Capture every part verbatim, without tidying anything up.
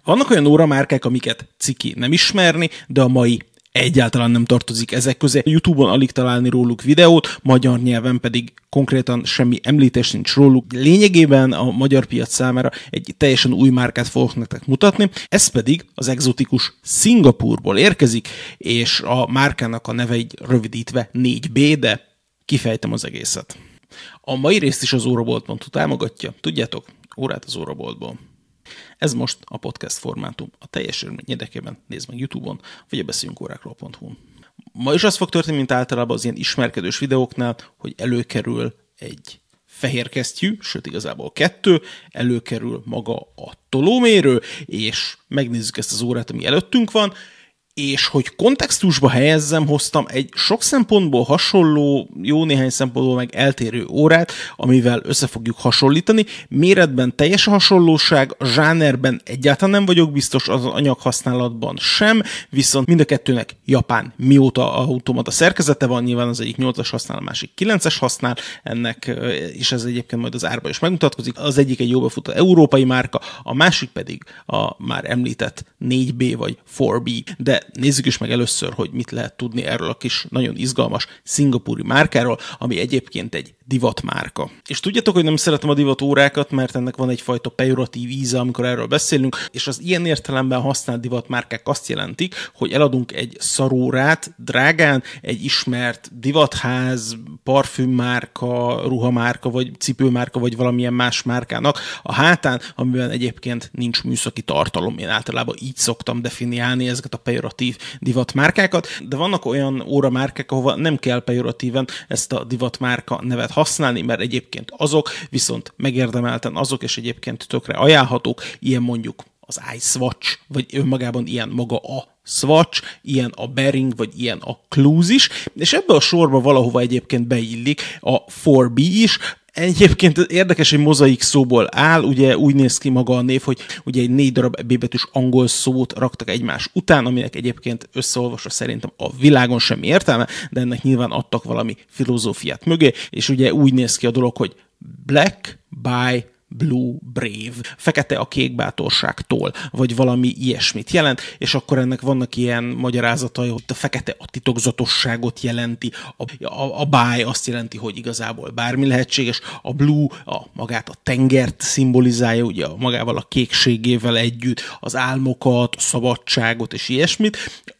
Vannak olyan óramárkák, amiket ciki nem ismerni, de a mai egyáltalán nem tartozik ezek közé. YouTube-on alig találni róluk videót, magyar nyelven pedig konkrétan semmi említés nincs róluk. Lényegében a magyar piac számára egy teljesen új márkát fogok nektek mutatni, ez pedig az egzotikus Szingapúrból érkezik, és a márkának a neve így rövidítve négy bé, de kifejtem az egészet. A mai részt is az órabolt.hu támogatja, tudjátok, órát az óraboltból. Ez most a podcast formátum. A teljes élmény érdekében nézd meg YouTube-on, vagy a beszéljünk órákról pont hu-n. Ma is az fog történni, mint általában az ilyen ismerkedős videóknál, hogy előkerül egy fehér kesztyű, sőt igazából kettő, előkerül maga a tolómérő, és megnézzük ezt az órát, ami előttünk van, és hogy kontextusba helyezzem, hoztam egy sok szempontból hasonló, jó néhány szempontból meg eltérő órát, amivel össze fogjuk hasonlítani. Méretben teljes a hasonlóság, a zsánerben egyáltalán nem vagyok biztos, az anyaghasználatban sem, viszont mind a kettőnek japán mióta automata szerkezete van, nyilván az egyik nyolcas használ, a másik kilences használ, ennek, és ez egyébként majd az árban is megmutatkozik. Az egyik egy jó befutó európai márka, a másik pedig a már említett négy bé vagy négy bé, de nézzük is meg először, hogy mit lehet tudni erről a kis nagyon izgalmas szingapúri márkáról, ami egyébként egy divatmárka. És tudjátok, hogy nem szeretem a divat órákat, mert ennek van egyfajta pejoratív íze, amikor erről beszélünk, és az ilyen értelemben használt divatmárkák azt jelentik, hogy eladunk egy szarórát drágán, egy ismert divatház, parfümmárka, ruhamárka, vagy cipőmárka, vagy valamilyen más márkának a hátán, amiben egyébként nincs műszaki tartalom. Én általában így szoktam definiálni ezeket a pejoratív divatmárkákat, de vannak olyan óramárkák, ahova nem kell pejoratíven ezt a divatmárka nevet használni, mert egyébként azok, viszont megérdemelten azok, és egyébként tökre ajánlhatók, ilyen mondjuk az iSwatch, vagy önmagában ilyen maga a Swatch, ilyen a Bering, vagy ilyen a Clues is, és ebbe a sorba valahova egyébként beillik a négy bé is. Egyébként érdekes, hogy mozaik szóból áll, ugye úgy néz ki maga a név, hogy ugye egy négy darab B betűs angol szót raktak egymás után, aminek egyébként összeolvasva szerintem a világon semmi értelme, de ennek nyilván adtak valami filozófiát mögé, és ugye úgy néz ki a dolog, hogy Black by Blue Brave, fekete a kék bátorságtól, vagy valami ilyesmit jelent, és akkor ennek vannak ilyen magyarázatai, hogy a fekete a titokzatosságot jelenti, a, a, a by azt jelenti, hogy igazából bármi lehetséges, a blue a magát a tengert szimbolizálja, ugye magával a kékségével együtt, az álmokat, a szabadságot és ilyesmit,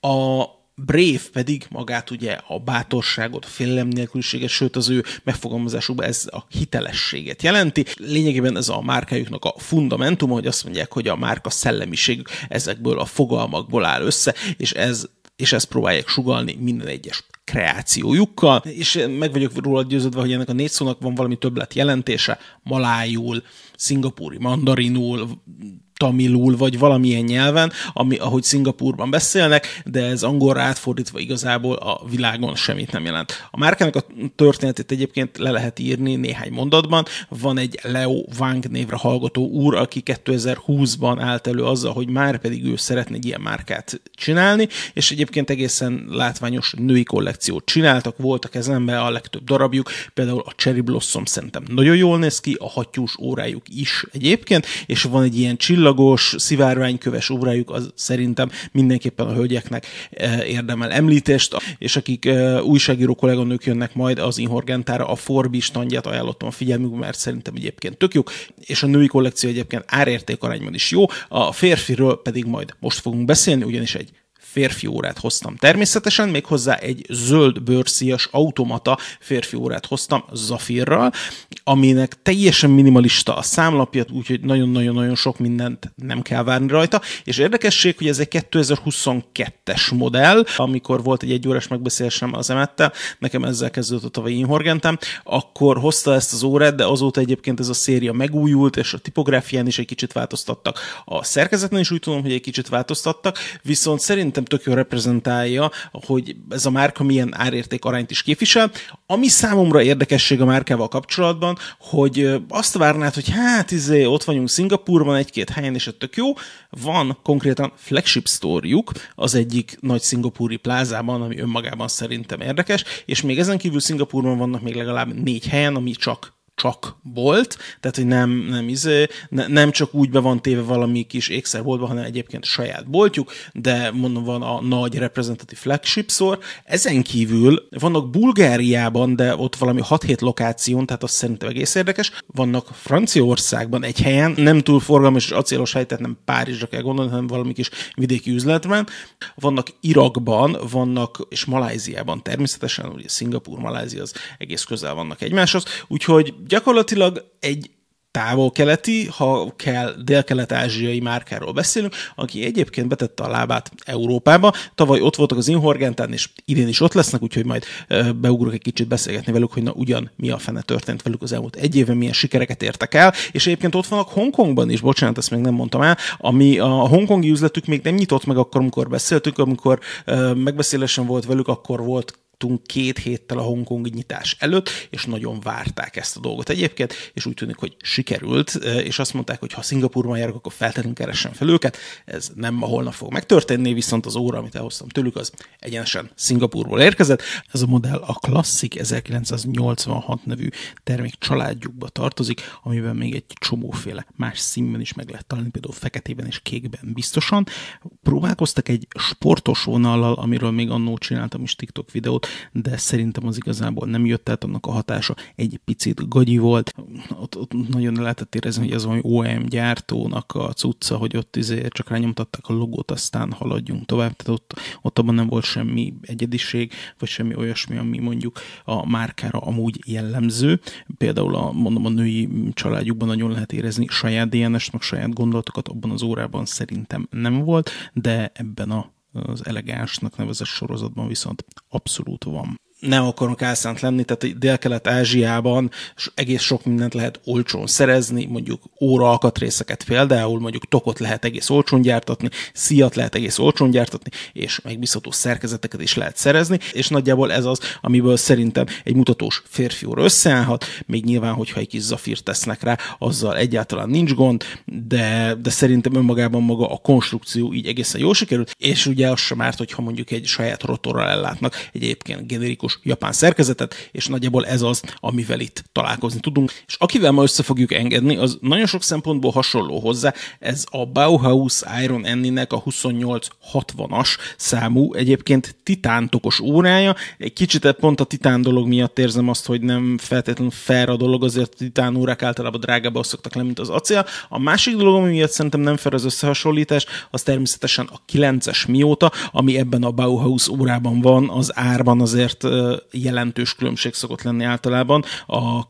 a Brave pedig magát ugye a bátorságot, a félelem nélküliséget, sőt az ő megfogalmazásukban ez a hitelességet jelenti. Lényegében ez a márkájuknak a fundamentuma, hogy azt mondják, hogy a márka szellemiségük ezekből a fogalmakból áll össze, és ez és ezt próbálják sugallni minden egyes kreációjukkal, és meg vagyok róla győződve, hogy ennek a négy szónak van valami többlet jelentése, malájul, szingapúri mandarinul, tamilul, vagy valamilyen nyelven, ami, ahogy Szingapúrban beszélnek, de ez angolra átfordítva igazából a világon semmit nem jelent. A márkának a történetét egyébként le lehet írni néhány mondatban. Van egy Leo Wang névre hallgató úr, aki kétezer-húszban állt elő azzal, hogy már pedig ő szeretne egy ilyen márkát csinálni, és egyébként egészen látványos női kollekciót csináltak, voltak kezemben a legtöbb darabjuk, például a Cherry Blossom szerintem nagyon jól néz ki, a hattyús órájuk is egyébként, és van egy ilyen csillagos, szivárványköves órájuk, az szerintem mindenképpen a hölgyeknek érdemel említést, és akik újságíró kolléganők jönnek majd az Inhorgentára, a négy bé standját ajánlottam a figyelmükbe, mert szerintem egyébként tök jó, és a női kollekció egyébként árérték arányban is jó, a férfiről pedig majd most fogunk beszélni, ugyanis egy férfi órát hoztam természetesen, méghozzá egy zöld bőrszíjas automata férfi órát hoztam Zafirral, aminek teljesen minimalista a számlapja, úgyhogy nagyon-nagyon-nagyon sok mindent nem kell várni rajta, és érdekesség, hogy ez egy kétezer-huszonkettes modell, amikor volt egy egyórás megbeszélésem az emettel, nekem ezzel kezdődött a tavalyi Inhorgentem, akkor hozta ezt az órát, de azóta egyébként ez a széria megújult, és a tipográfián is egy kicsit változtattak. A szerkezeten is úgy tudom, hogy egy kicsit változtattak, viszont szerintem tök jól reprezentálja, hogy ez a márka milyen árérték arányt is képvisel. Ami számomra érdekesség a márkával kapcsolatban, hogy azt várnád, hogy hát izé, ott vagyunk Szingapúrban egy-két helyen, és ez tök jó. Van konkrétan flagship store-juk az egyik nagy szingapúri plázában, ami önmagában szerintem érdekes, és még ezen kívül Szingapúrban vannak még legalább négy helyen, ami csak csak bolt, tehát hogy nem, nem, izé, ne, nem csak úgy be van téve valami kis ékszerboltba, hanem egyébként saját boltjuk, de mondom, van a nagy reprezentatív flagship store. Ezen kívül vannak Bulgáriában, de ott valami hat-hét lokáción, tehát az szerintem egész érdekes. Vannak Franciaországban egy helyen, nem túl forgalmas és acélos hely, tehát nem Párizsra kell gondolni, hanem valami kis vidéki üzletben. Vannak Irakban, vannak, és Malajziában természetesen, ugye Szingapúr, Malajzia az egész közel vannak egymáshoz, úgyhogy gyakorlatilag egy távol-keleti, ha kell dél-kelet-ázsiai márkáról beszélünk, aki egyébként betette a lábát Európába. Tavaly ott voltak az Inhorgentán, és idén is ott lesznek, úgyhogy majd beugrok egy kicsit beszélgetni velük, hogy na ugyan mi a fene történt velük az elmúlt egy évben, milyen sikereket értek el, és egyébként ott vannak Hongkongban is, bocsánat, ezt még nem mondtam el, ami a hongkongi üzletük még nem nyitott meg akkor, amikor beszéltünk, amikor megbeszélésen volt velük, akkor volt két héttel a hongkongi nyitás előtt, és nagyon várták ezt a dolgot egyébként, és úgy tűnik, hogy sikerült, és azt mondták, hogy ha Szingapúrban járok, akkor feltétlenül keressen fel őket. Ez nem ma holnap fog megtörténni, viszont az óra, amit elhoztam tőlük, az egyenesen Szingapúrból érkezett. Ez a modell a Classic ezerkilencszáznyolcvanhat nevű termék családjukba tartozik, amiben még egy csomóféle más színben is meg lehet találni, például feketében és kékben biztosan. Próbálkoztak egy sportos vonallal, amiről még annó csináltam is TikTok videót, de szerintem az igazából nem jött át, annak a hatása egy picit gagyi volt. Ott, ott nagyon lehetett érezni, hogy ez valami o e em gyártónak a cucca, hogy ott izé csak rányomtatták a logót, aztán haladjunk tovább. Tehát ott, ott abban nem volt semmi egyediség, vagy semmi olyasmi, ami mondjuk a márkára amúgy jellemző. Például a, mondom, a női családjukban nagyon lehet érezni saját dé en est, meg saját gondolatokat, abban az órában szerintem nem volt, de ebben a az elegánsnak nevezett sorozatban viszont abszolút van. Nem akarunk álszánt lenni, tehát Dél-Kelet-Ázsiában egész sok mindent lehet olcsón szerezni, mondjuk óra alkatrészeket például, mondjuk tokot lehet egész olcsón gyártatni, szíjat lehet egész olcsón gyártatni, és megbízható szerkezeteket is lehet szerezni, és nagyjából ez az, amiből szerintem egy mutatós férfi óra összeállhat, még nyilván, hogyha egy kis zafírt tesznek rá, azzal egyáltalán nincs gond, de, de szerintem önmagában maga a konstrukció így egészen jól sikerült, és ugye az sem árt, hogyha mondjuk egy saját rotorral ellátnak egyébként generikus japán szerkezetet, és nagyjából ez az, amivel itt találkozni tudunk. És akivel ma össze fogjuk engedni, az nagyon sok szempontból hasonló hozzá, ez a Bauhaus Iron Annie-nek a huszonnyolc hatvanas számú, egyébként titántokos órája. Egy kicsit pont a titán dolog miatt érzem azt, hogy nem feltétlenül fair a dolog, azért a titán órák általában drágábbak szoktak lenni, mint az acél. A másik dolog, ami miatt szerintem nem fair az összehasonlítás, az természetesen a kilences Miota, ami ebben a Bauhaus órában van, az árban azért jelentős különbség szokott lenni általában a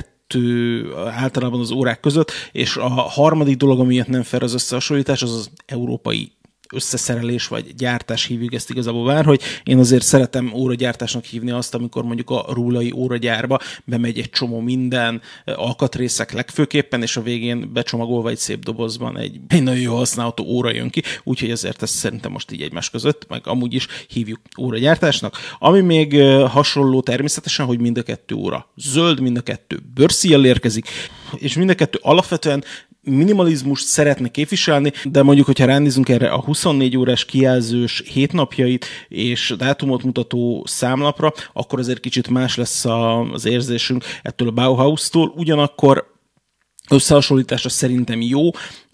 kettő általában az órák között, és a harmadik dolog, amiért nem fair az összehasonlítás, az az európai összeszerelés vagy gyártás, hívjuk ezt igazából vár, hogy én azért szeretem óragyártásnak hívni azt, amikor mondjuk a rúlai óragyárba bemegy egy csomó minden, alkatrészek legfőképpen, és a végén becsomagolva egy szép dobozban egy, egy nagyon jó használható óra jön ki, úgyhogy ezért ezt szerintem most így egymás között, meg amúgy is hívjuk óragyártásnak. Ami még hasonló természetesen, hogy mind a kettő óra zöld, mind a kettő bőrszíjjal érkezik, és mind a kettő alapvetően minimalizmust szeretne képviselni, de mondjuk, hogyha ránézünk erre a huszonnégy órás kijelzős hétnapjait és dátumot mutató számlapra, akkor azért kicsit más lesz az érzésünk ettől a Bauhaus-tól. Ugyanakkor összehasonlításra szerintem jó.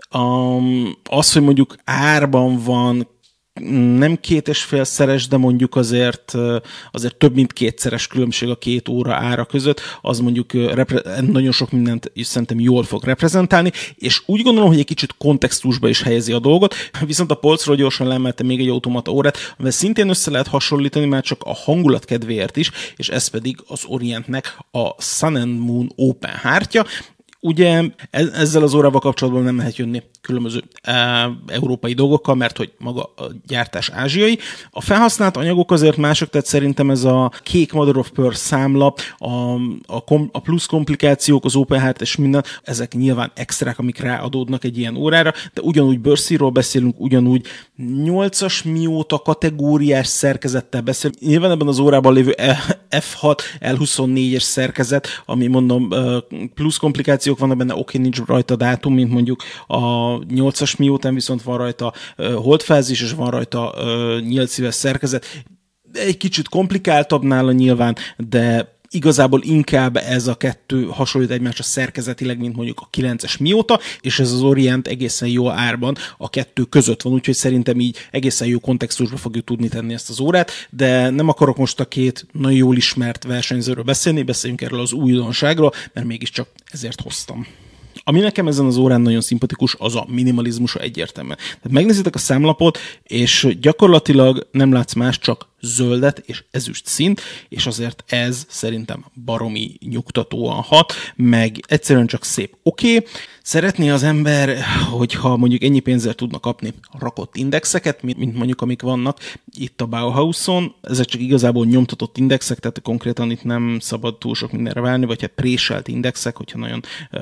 Az, hogy mondjuk árban van nem két és félszeres, de mondjuk azért, azért több mint kétszeres különbség a két óra ára között, az mondjuk repre- nagyon sok mindent is szerintem jól fog reprezentálni, és úgy gondolom, hogy egy kicsit kontextusba is helyezi a dolgot, viszont a polcról gyorsan leemelte még egy automata órát, amivel szintén össze lehet hasonlítani, már csak a hangulat kedvéért is, és ez pedig az Orientnek a Sun and Moon Open hártya. Ugye ezzel az órával kapcsolatban nem lehet jönni különböző e, európai dolgokkal, mert hogy maga a gyártás ázsiai. A felhasznált anyagok azért mások, tehát szerintem ez a kék Mother of Pearl számla, a, a, kom, a plusz komplikációk, az Open Heart és minden, ezek nyilván extrák, amik ráadódnak egy ilyen órára, de ugyanúgy bőrszíról beszélünk, ugyanúgy nyolcas Miota kategóriás szerkezettel beszélünk. Nyilván ebben az órában lévő ef hat el huszonnégyes szerkezet, ami mondom plusz komplikáció vannak benne, oké, nincs rajta dátum, mint mondjuk a nyolcas Miótán, viszont van rajta uh, holdfázis, és van rajta uh, nyílt szíves szerkezet. Egy kicsit komplikáltabb nála nyilván, de igazából inkább ez a kettő hasonlít egymásra szerkezetileg, mint mondjuk a kilences Miota, és ez az Orient egészen jó árban a kettő között van, úgyhogy szerintem így egészen jó kontextusba fogjuk tudni tenni ezt az órát, de nem akarok most a két nagyon jól ismert versenyzőről beszélni, beszéljünk erről az újdonságról, mert mégiscsak ezért hoztam. Ami nekem ezen az órán nagyon szimpatikus, az a minimalizmusa egyértelműen. Tehát megnézitek a számlapot, és gyakorlatilag nem látsz más, csak zöldet és ezüst színt, és azért ez szerintem baromi nyugtatóan hat, meg egyszerűen csak szép. Oké, okay. Szeretné az ember, hogyha mondjuk ennyi pénzzel tudna kapni rakott indexeket, mint mondjuk amik vannak itt a Bauhauson, ezek csak igazából nyomtatott indexek, tehát konkrétan itt nem szabad túl sok mindenre válni, vagy hát préselt indexek, hogyha nagyon,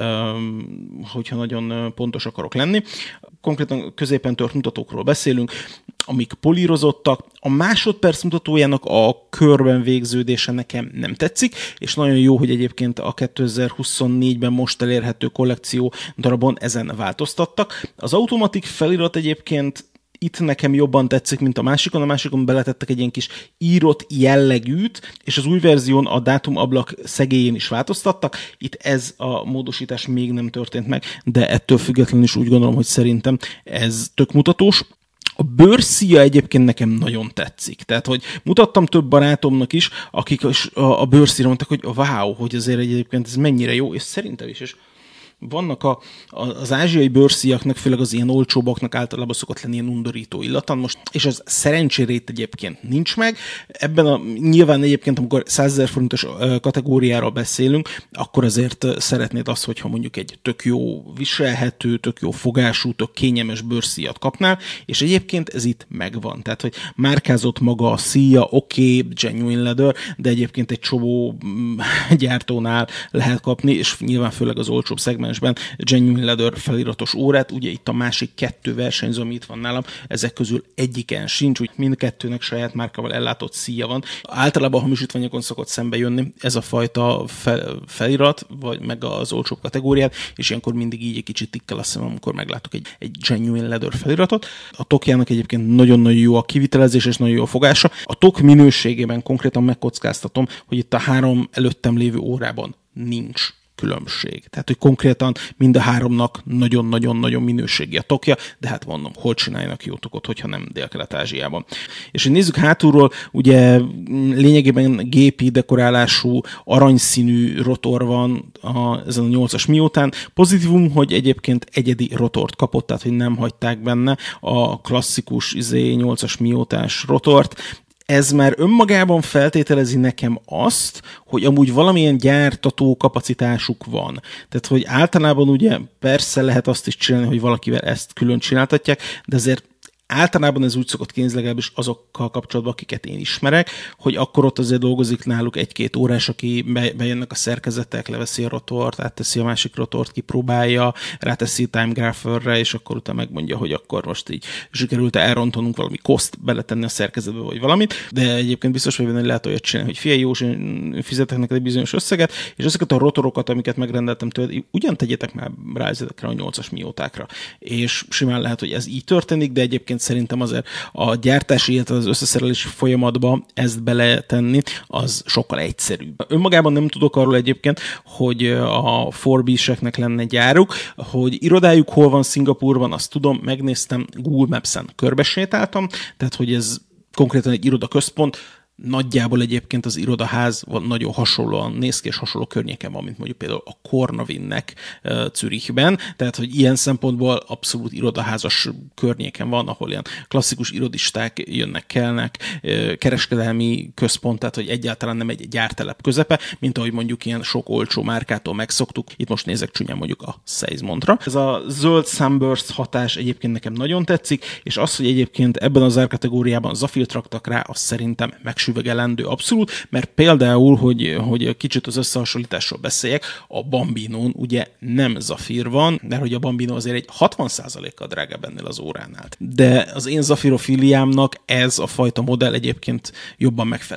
hogyha nagyon pontos akarok lenni. Konkrétan középen tört mutatókról beszélünk, amik polírozottak. A másodperc mutatójának a körben végződése nekem nem tetszik, és nagyon jó, hogy egyébként a kétezer-huszonnégyben most elérhető kollekció darabon ezen változtattak. Az automatik felirat egyébként itt nekem jobban tetszik, mint a másikon. A másikon beletettek egy ilyen kis írott jellegűt, és az új verzión a dátumablak szegélyén is változtattak. Itt ez a módosítás még nem történt meg, de ettől függetlenül is úgy gondolom, hogy szerintem ez tök mutatós. A bőrszíja egyébként nekem nagyon tetszik. Tehát, hogy mutattam több barátomnak is, akik a bőrszíra mondták, hogy wow, hogy azért egyébként ez mennyire jó, és szerintem is, és vannak a, az ázsiai bőrszíjaknak, főleg az ilyen olcsóbbaknak általában szokott lenni ilyen undorító illata, most, és ez szerencsére itt egyébként nincs meg. Ebben a, nyilván egyébként, amikor százezer forintos kategóriáról beszélünk, akkor azért szeretnéd azt, hogyha mondjuk egy tök jó viselhető, tök jó fogású, tök kényelmes bőrszíjat kapnál, és egyébként ez itt megvan. Tehát, hogy márkázott maga a szíja, oké, okay, genuine leather, de egyébként egy csomó gyártónál lehet kapni, és nyilván főleg az olcsóbb szegmens genuine leather feliratos órát, ugye itt a másik kettő versenyző, ami itt van nálam, ezek közül egyiken sincs, úgy mindkettőnek saját márkával ellátott szíja van. Általában a hamisítványokon szokott szembe jönni ez a fajta fel, felirat, vagy meg az olcsóbb kategóriát, és ilyenkor mindig így egy kicsit tikkel a szemem, amikor meglátok egy, egy genuine leather feliratot. A tokjának egyébként nagyon-nagyon jó a kivitelezés, és nagyon jó a fogása. A tok minőségében konkrétan megkockáztatom, hogy itt a három előttem lévő órában nincs különbség. Tehát, hogy konkrétan mind a háromnak nagyon-nagyon-nagyon minőségi a tokja, de hát mondom, hol csináljanak jó tokot, hogyha nem Dél-Kelet-Ázsiában. És hogy nézzük hátulról, ugye lényegében gépi dekorálású, aranyszínű rotor van a, ezen a nyolcas Miotán. Pozitívum, hogy egyébként egyedi rotort kapott, tehát, hogy nem hagyták benne a klasszikus izé, nyolcas Miotás rotort. Ez már önmagában feltételezi nekem azt, hogy amúgy valamilyen gyártató kapacitásuk van. Tehát, hogy általában ugye persze lehet azt is csinálni, hogy valakivel ezt külön csináltatják, de azért általában ez úgy szokott kényzni, legalábbis azokkal kapcsolatban, akiket én ismerek, hogy akkor ott azért dolgozik náluk egy-két órás, aki bejönnek a szerkezetek, leveszi a rotort, átteszi a másik rotort, kipróbálja, ráteszi Time Grapherre, és akkor utána megmondja, hogy akkor most így sikerült elrontanunk valami koszt beletenni a szerkezetbe, vagy valamit, de egyébként biztos, hogy benne lehet olyat csinálni, hogy figyelj, jó, én fizetek neked egy bizonyos összeget, és ezeket a rotorokat, amiket megrendeltem tőled, ugyan tegyétek már rá ezekre a nyolcas Miotákra. És simán lehet, hogy ez így történik, de egyébként szerintem azért a gyártási, illetve az összeszerelési folyamatba ezt beletenni, az sokkal egyszerűbb. Önmagában nem tudok arról egyébként, hogy a Forbiseknek lenne gyáruk, hogy irodájuk hol van Szingapúrban, azt tudom, megnéztem, Google Maps-en körbesétáltam, tehát hogy ez konkrétan egy irodaközpont, nagyjából egyébként az irodaház nagyon hasonlóan néz ki, és hasonló környéken van, mint mondjuk például a Cornavinnek uh, Zürichben, tehát hogy ilyen szempontból abszolút irodaházas környéken van, ahol ilyen klasszikus irodisták jönnek, kelnek, uh, kereskedelmi központ, tehát hogy egyáltalán nem egy gyártelep közepe, mint ahogy mondjuk ilyen sok olcsó márkától megszoktuk. Itt most nézek csúnyán mondjuk a Seismontra. Ez a zöld sunburst hatás egyébként nekem nagyon tetszik, és az, hogy egyébként ebben az árkategóriában zafírt raktak rá, az szerintem megsüvegelendő abszolút, mert például, hogy, hogy kicsit az összehasonlításról beszéljek, a Bambinón ugye nem zafír van, mert hogy a Bambino azért egy hatvan százalékkal drágább ennél az óránál. De az én zafirofiliámnak ez a fajta modell egyébként jobban megfelel.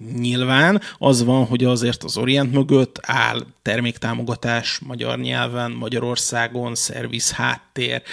Nyilván az van, hogy azért az Orient mögött áll terméktámogatás magyar nyelven, Magyarországon, szerviz háttér,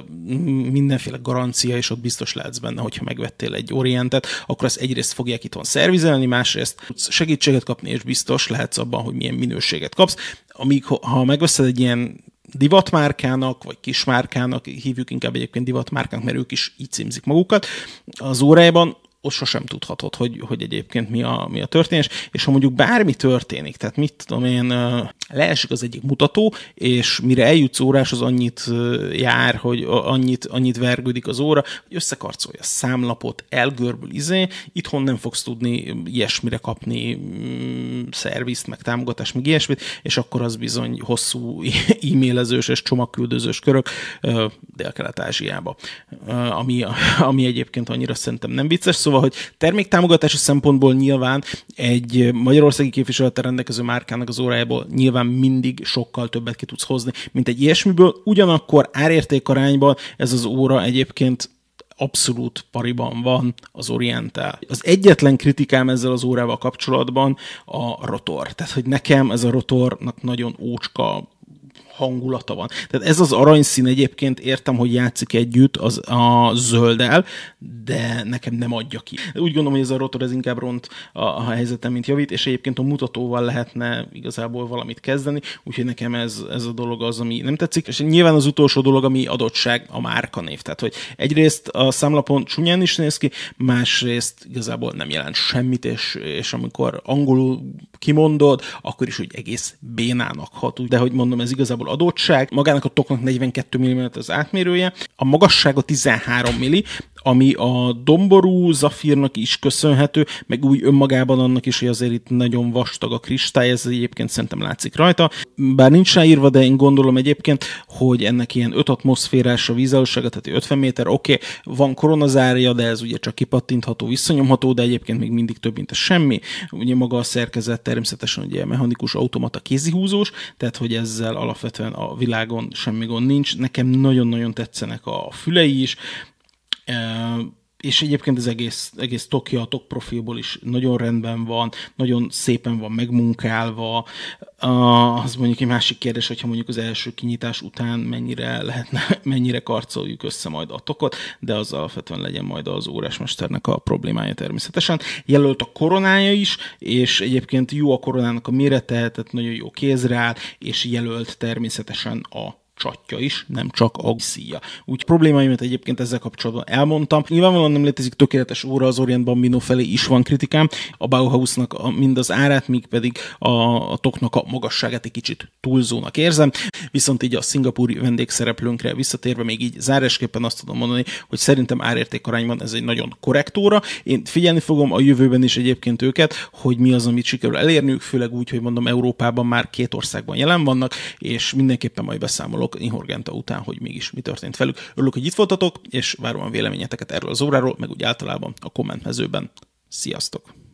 mindenféle garancia, és ott biztos lehetsz benne, hogyha megvettél egy Orientet, akkor azt egyrészt fogják itthon szervizelni, másrészt segítséget kapni, és biztos lehetsz abban, hogy milyen minőséget kapsz. Amíg, ha megveszed egy ilyen divatmárkának, vagy kismárkának, hívjuk inkább egyébként divatmárkának, mert ők is így címzik magukat, az órájában ott sosem tudhatod, hogy, hogy egyébként mi a, mi a történés, és ha mondjuk bármi történik, tehát mit tudom én, leesik az egyik mutató, és mire eljutsz óráshoz, annyit jár, hogy annyit, annyit vergődik az óra, hogy összekarcolja a számlapot, elgörbül izé, itthon nem fogsz tudni ilyesmire kapni mm, szervizt, meg támogatást, meg ilyesmit, és akkor az bizony hosszú e-mailezős és csomagküldözős körök Dél-Kelet-Ázsiába, ami, ami egyébként annyira szerintem nem vicces, szóval hogy terméktámogatási szempontból nyilván egy magyarországi képviselettel rendelkező márkának az órájából nyilván mindig sokkal többet ki tudsz hozni, mint egy ilyesmiből. Ugyanakkor árérték-arányban ez az óra egyébként abszolút pariban van az Orienttel. Az egyetlen kritikám ezzel az órával kapcsolatban a rotor. Tehát, hogy nekem ez a rotornak nagyon ócska hangulata van. Tehát ez az aranyszín egyébként értem, hogy játszik együtt az, a zölddel, de nekem nem adja ki. Úgy gondolom, hogy ez a rotor ez inkább ront a, a helyzetem, mint javít, és egyébként a mutatóval lehetne igazából valamit kezdeni, úgyhogy nekem ez, ez a dolog az, ami nem tetszik. És nyilván az utolsó dolog, ami adottság, a márkanév. Tehát, hogy egyrészt a számlapon csúnyán is néz ki, másrészt igazából nem jelent semmit, és, és amikor angolul kimondod, akkor is úgy egész bénának hat. De hogy mondom, ez igazából adottság. Magának a toknak negyvenkét milliméter az átmérője, a magassága tizenhárom milli, ami a domború zafírnak is köszönhető, meg úgy önmagában annak is, hogy azért itt nagyon vastag a kristály, ez egyébként szerintem látszik rajta. Bár nincs ráírva, de én gondolom egyébként, hogy ennek ilyen öt atmoszférás a vízállósága, tehát ötven méter, oké, okay, van koronazárja, de ez ugye csak kipattintható, visszanyomható, de egyébként még mindig több, mint a semmi. Ugye maga a szerkezet természetesen ugye mechanikus automata kézihúzós, tehát hogy ezzel alapvetően a világon semmi gond nincs. Nekem nagyon-nagyon tetszenek a fülei is, Uh, és egyébként az egész, egész tokja, a tok profilból is nagyon rendben van, nagyon szépen van megmunkálva. Uh, az mondjuk egy másik kérdés, hogyha mondjuk az első kinyitás után mennyire lehetne, mennyire karcoljuk össze majd a tokot, de az alapvetően legyen majd az órásmesternek a problémája természetesen. Jelölt a koronája is, és egyébként jó a koronának a mérete, tehát nagyon jó kézre áll, és jelölt természetesen a csatja is, nem csak a szíja. Úgy problémáimat egyébként ezzel kapcsolatban elmondtam. Nyilvánvalóan nem létezik tökéletes óra, az Orient Bambino felé is van kritikám, a Bauhausnak a, mind az árát, míg pedig a, a toknak a magasságát egy kicsit túlzónak érzem. Viszont így a szingapúri vendégszereplőnkre visszatérve még így zárásképpen azt tudom mondani, hogy szerintem árérték arányban ez egy nagyon korrekt óra. Én figyelni fogom a jövőben is egyébként őket, hogy mi az, amit sikerül elérniük, főleg úgy, hogy mondom, Európában már két országban jelen vannak, és mindenképpen majd beszámolok Inhorgenta után, hogy mégis mi történt velük. Örülök, hogy itt voltatok, és várom a véleményeteket erről az óráról, meg úgy általában a kommentmezőben. Sziasztok!